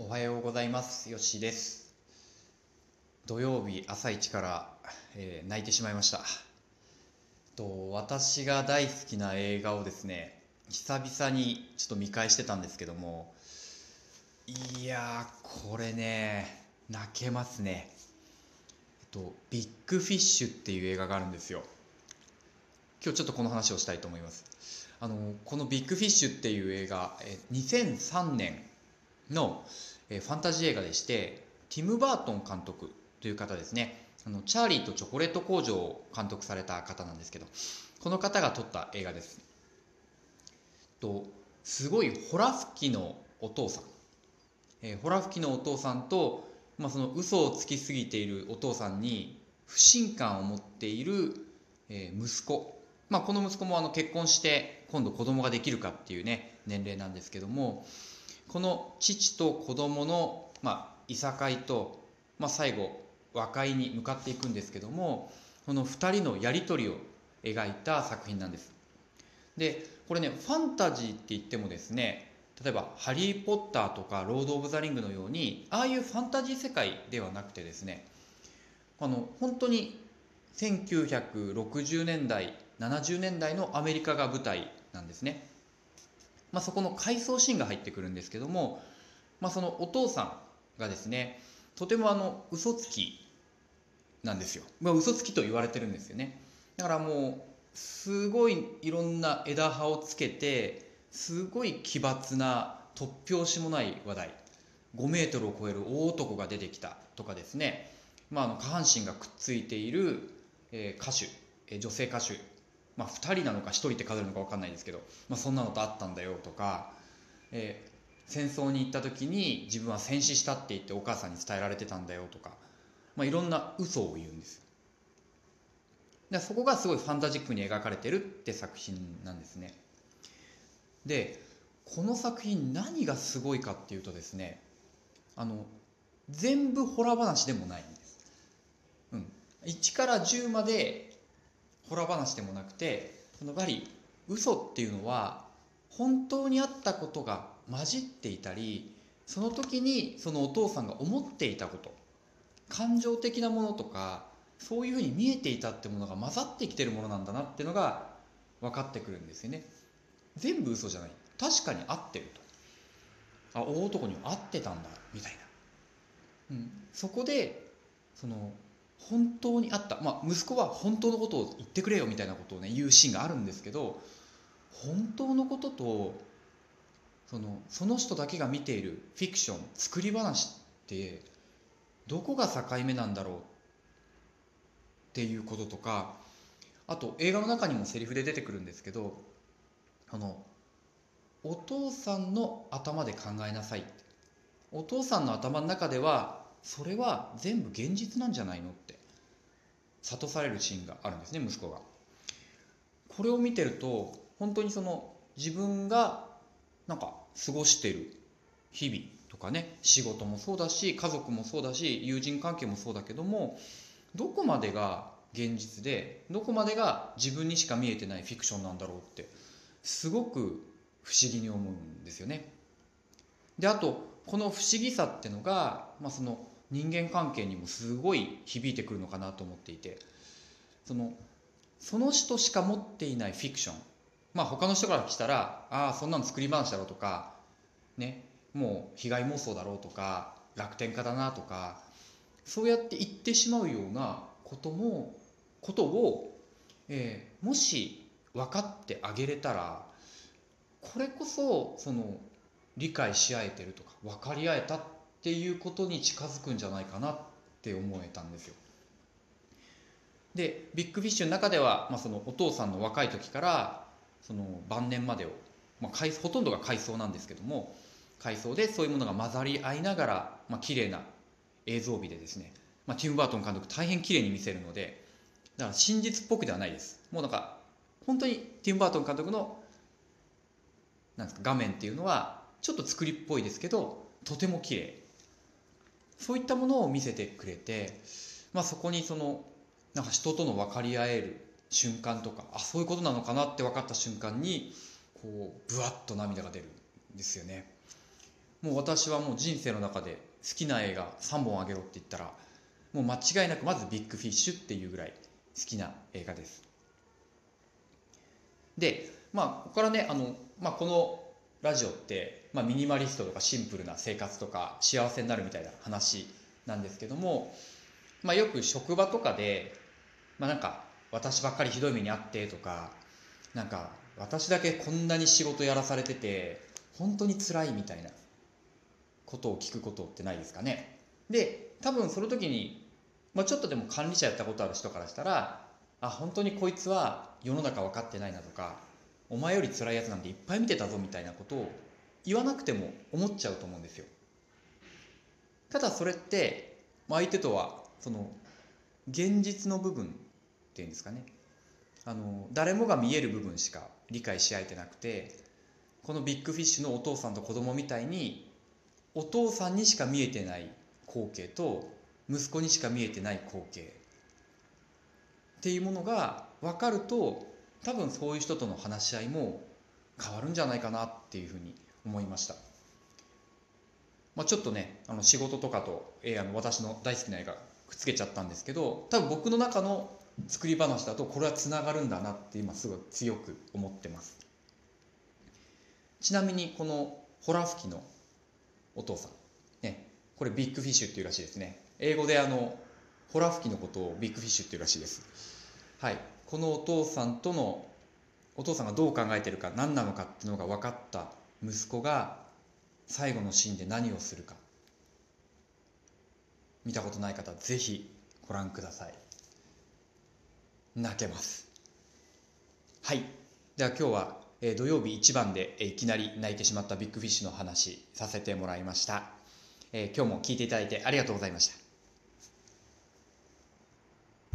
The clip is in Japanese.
おはようございます。よしです。土曜日朝一から、泣いてしまいました。私が大好きな映画をですね、久々にちょっと見返してたんですけども、いやー、これね、泣けますね。ビッグフィッシュっていう映画があるんですよ。今日ちょっとこの話をしたいと思います。このビッグフィッシュっていう映画、2003年のファンタジー映画でして、ティム・バートン監督という方ですね。チャーリーとチョコレート工場を監督された方なんですけど、この方が撮った映画です。すごいホラ吹きのお父さん、ホラ吹きのお父さんと、その嘘をつきすぎているお父さんに不信感を持っている、息子、この息子も結婚して今度子供ができるかっていうね年齢なんですけども、この父と子供の、いさかいと、最後和解に向かっていくんですけども、この2人のやり取りを描いた作品なんです。でこれね、ファンタジーって言ってもですね、例えばハリー・ポッターとかロード・オブ・ザ・リングのようにああいうファンタジー世界ではなくてですね、本当に1960年代70年代のアメリカが舞台なんですね。そこの回想シーンが入ってくるんですけども、そのお父さんがですね、とても嘘つきなんですよ。嘘つきと言われてるんですよね。だからもうすごいいろんな枝葉をつけて、すごい奇抜な突拍子もない話題、5メートルを超える大男が出てきたとかですね、下半身がくっついている、歌手、女性歌手、2人なのか1人って数えるのか分かんないですけど、そんなのとあったんだよとか、戦争に行った時に自分は戦死したって言ってお母さんに伝えられてたんだよとか、いろんな嘘を言うんですよ。でそこがすごいファンタジックに描かれてるって作品なんですね。でこの作品何がすごいかっていうとですね、全部ホラー話でもないんです、1から10までホラー話でもなくて、やはり嘘っていうのは本当にあったことが混じっていたり、その時にそのお父さんが思っていたこと、感情的なものとか、そういうふうに見えていたってものが混ざってきてるものなんだなっていうのが分かってくるんですよね。全部嘘じゃない、確かに合ってると、大男には合ってたんだみたいな、そこでその本当にあった、息子は本当のことを言ってくれよみたいなことをね言うシーンがあるんですけど、本当のこととその人だけが見ているフィクション、作り話ってどこが境目なんだろうっていうこととか、あと映画の中にもセリフで出てくるんですけど、お父さんの頭で考えなさいって、お父さんの頭の中ではそれは全部現実なんじゃないのって諭されるシーンがあるんですね、息子が。これを見てると本当に自分が過ごしている日々とかね、仕事もそうだし家族もそうだし友人関係もそうだけども、どこまでが現実でどこまでが自分にしか見えてないフィクションなんだろうってすごく不思議に思うんですよね。であとこの不思議さってのが、その人間関係にもすごい響いてくるのかなと思っていて、その人しか持っていないフィクション、他の人からしたらそんなの作り話だろうとかね、もう被害妄想だろうとか楽天家だなとか、そうやって言ってしまうようなことを、もし分かってあげれたら、これこそ理解し合えてるとか分かり合えたっていうことに近づくんじゃないかなって思えたんですよ。でビッグフィッシュの中では、そのお父さんの若い時からその晩年までを、ほとんどが回想なんですけども、回想でそういうものが混ざり合いながら、綺麗な映像美でですね、ティム・バートン監督大変綺麗に見せるので、だから真実っぽくではないです。もう本当にティム・バートン監督のなんですか画面っていうのはちょっと作りっぽいですけどとても綺麗、そういったものを見せてくれて、そこに人との分かり合える瞬間とか、そういうことなのかなって分かった瞬間にこうブワッと涙が出るんですよね。 もう私はもう人生の中で好きな映画3本あげろって言ったらもう間違いなくまずビッグフィッシュっていうぐらい好きな映画です。でここからねこのラジオって、ミニマリストとかシンプルな生活とか幸せになるみたいな話なんですけども、よく職場とかで、なんか私ばっかりひどい目にあってとか、なんか私だけこんなに仕事やらされてて本当に辛いみたいなことを聞くことってないですかね。で多分その時に、ちょっとでも管理者やったことある人からしたら、本当にこいつは世の中分かってないなとか、お前より辛いやつなんていっぱい見てたぞみたいなことを言わなくても思っちゃうと思うんですよ。ただそれって相手とはその現実の部分っていうんですかね、誰もが見える部分しか理解し合えてなくて、このビッグフィッシュのお父さんと子供みたいにお父さんにしか見えてない光景と息子にしか見えてない光景っていうものが分かると、多分そういう人との話し合いも変わるんじゃないかなっていうふうに思いました。ちょっとね仕事とかと、私の大好きな映画くっつけちゃったんですけど、多分僕の中の作り話だとこれはつながるんだなって今すごい強く思ってます。ちなみにこのホラ吹きのお父さんね、これビッグフィッシュっていうらしいですね。英語でホラ吹きのことをビッグフィッシュっていうらしいです。はい、このお父さんがどう考えてるか何なのかっていうのが分かった息子が最後のシーンで何をするか、見たことない方ぜひご覧ください。泣けます。はい、では今日は土曜日一番でいきなり泣いてしまったビッグフィッシュの話させてもらいました。今日も聞いていただいてありがとうございました。